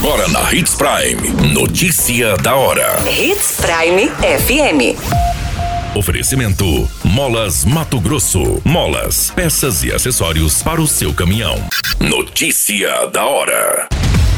Agora na Hits Prime. Notícia da hora. Hits Prime FM. Oferecimento: Molas Mato Grosso. Molas, peças e acessórios para o seu caminhão. Notícia da hora.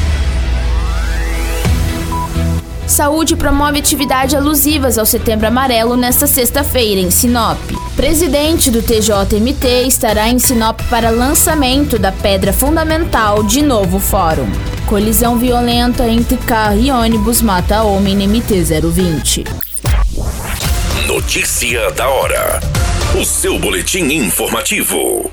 Saúde promove atividades alusivas ao Setembro Amarelo nesta sexta-feira em Sinop. Presidente do TJMT estará em Sinop para lançamento da pedra fundamental de novo fórum. Colisão violenta entre carro e ônibus mata homem na MT-020. Notícia da hora. O seu boletim informativo.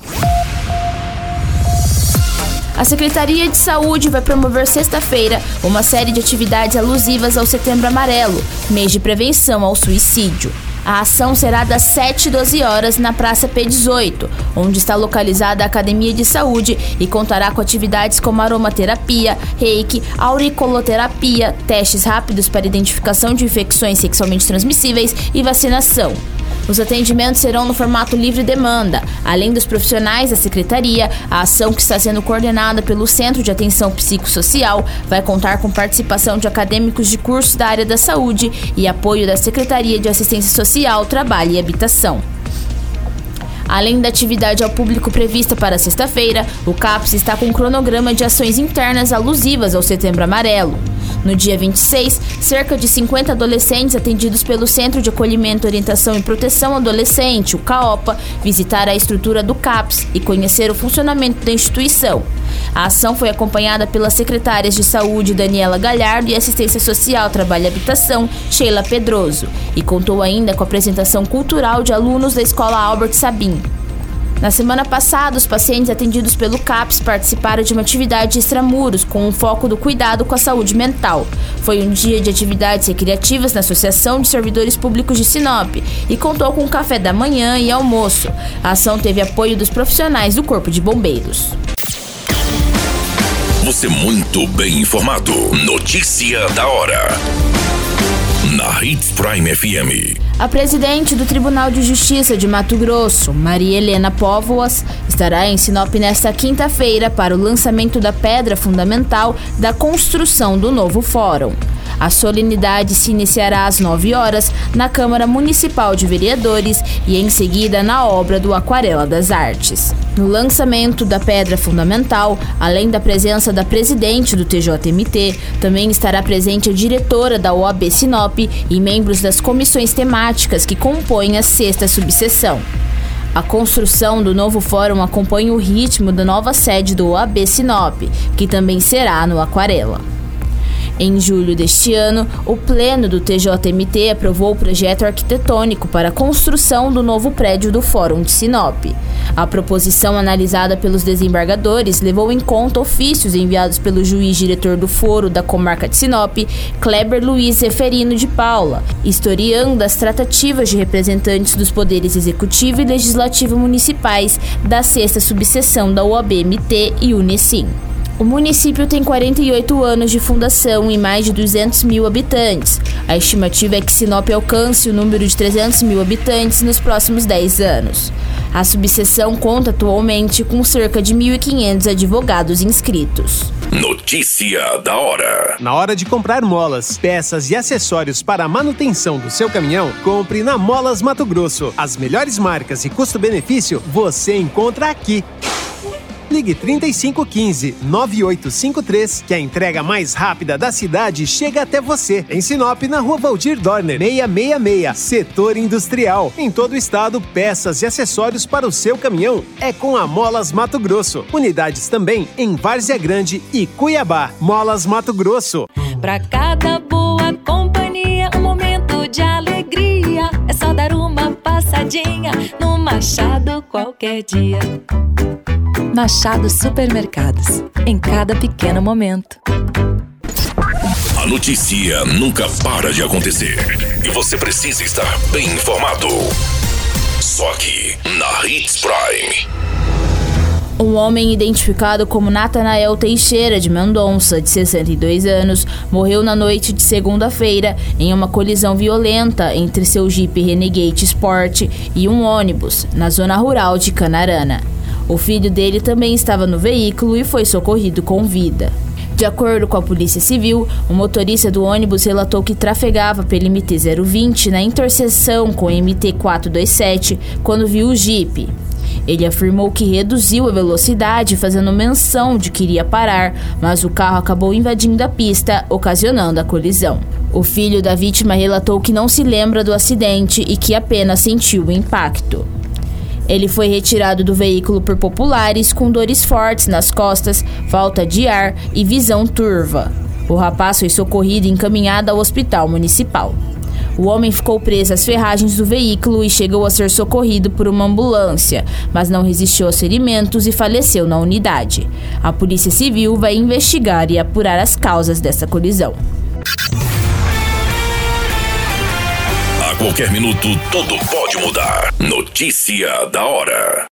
A Secretaria de Saúde vai promover sexta-feira uma série de atividades alusivas ao Setembro Amarelo, mês de prevenção ao suicídio. A ação será das 7 às 12 horas na Praça P18, onde está localizada a Academia de Saúde e contará com atividades como aromaterapia, reiki, auricoloterapia, testes rápidos para identificação de infecções sexualmente transmissíveis e vacinação. Os atendimentos serão no formato livre demanda. Além dos profissionais da Secretaria, a ação, que está sendo coordenada pelo Centro de Atenção Psicossocial, vai contar com participação de acadêmicos de cursos da área da saúde e apoio da Secretaria de Assistência Social, Trabalho e Habitação. Além da atividade ao público prevista para sexta-feira, o CAPS está com um cronograma de ações internas alusivas ao Setembro Amarelo. No dia 26, cerca de 50 adolescentes atendidos pelo Centro de Acolhimento, Orientação e Proteção Adolescente, o CAOPA, visitaram a estrutura do CAPS e conheceram o funcionamento da instituição. A ação foi acompanhada pelas secretárias de Saúde Daniela Galhardo e Assistência Social, Trabalho e Habitação, Sheila Pedroso, e contou ainda com a apresentação cultural de alunos da Escola Albert Sabin. Na semana passada, os pacientes atendidos pelo CAPS participaram de uma atividade extramuros com um foco do cuidado com a saúde mental. Foi um dia de atividades recreativas na Associação de Servidores Públicos de Sinop e contou com café da manhã e almoço. A ação teve apoio dos profissionais do Corpo de Bombeiros. Você muito bem informado. Notícia da hora. Na Hits Prime FM. A presidente do Tribunal de Justiça de Mato Grosso, Maria Helena Póvoas, estará em Sinop nesta quinta-feira para o lançamento da pedra fundamental da construção do novo fórum. A solenidade se iniciará às 9 horas na Câmara Municipal de Vereadores e em seguida na obra do Aquarela das Artes. No lançamento da pedra fundamental, além da presença da presidente do TJMT, também estará presente a diretora da OAB Sinop e membros das comissões temáticas que compõem a 6ª subseção. A construção do novo fórum acompanha o ritmo da nova sede do OAB Sinop, que também será no Aquarela. Em julho deste ano, o Pleno do TJMT aprovou o projeto arquitetônico para a construção do novo prédio do Fórum de Sinop. A proposição, analisada pelos desembargadores, levou em conta ofícios enviados pelo juiz diretor do Foro da Comarca de Sinop, Kleber Luiz Zeferino de Paula, historiando as tratativas de representantes dos poderes executivo e legislativo municipais da 6ª subseção da OAB-MT e Unesim. O município tem 48 anos de fundação e mais de 200 mil habitantes. A estimativa é que Sinop alcance o número de 300 mil habitantes nos próximos 10 anos. A subseção conta atualmente com cerca de 1.500 advogados inscritos. Notícia da hora. Na hora de comprar molas, peças e acessórios para a manutenção do seu caminhão, compre na Molas Mato Grosso. As melhores marcas e custo-benefício você encontra aqui. Ligue 3515-9853, que a entrega mais rápida da cidade chega até você. Em Sinop, na Rua Valdir Dorner, 666, Setor Industrial. Em todo o estado, peças e acessórios para o seu caminhão é com a Molas Mato Grosso. Unidades também em Várzea Grande e Cuiabá. Molas Mato Grosso. Pra cada boa companhia, um momento de alegria. É só dar uma passadinha no Machado qualquer dia. Machado Supermercados, em cada pequeno momento. A notícia nunca para de acontecer e você precisa estar bem informado. Só aqui na Hits Prime. Um homem identificado como Natanael Teixeira de Mendonça, de 62 anos, morreu na noite de segunda-feira em uma colisão violenta entre seu Jeep Renegade Sport e um ônibus, na zona rural de Canarana. O filho dele também estava no veículo e foi socorrido com vida. De acordo com a Polícia Civil, o motorista do ônibus relatou que trafegava pelo MT-020 na interseção com o MT-427 quando viu o Jeep. Ele afirmou que reduziu a velocidade, fazendo menção de que iria parar, mas o carro acabou invadindo a pista, ocasionando a colisão. O filho da vítima relatou que não se lembra do acidente e que apenas sentiu o impacto. Ele foi retirado do veículo por populares com dores fortes nas costas, falta de ar e visão turva. O rapaz foi socorrido e encaminhado ao hospital municipal. O homem ficou preso às ferragens do veículo e chegou a ser socorrido por uma ambulância, mas não resistiu aos ferimentos e faleceu na unidade. A Polícia Civil vai investigar e apurar as causas dessa colisão. A qualquer minuto, tudo pode mudar. Notícia da hora.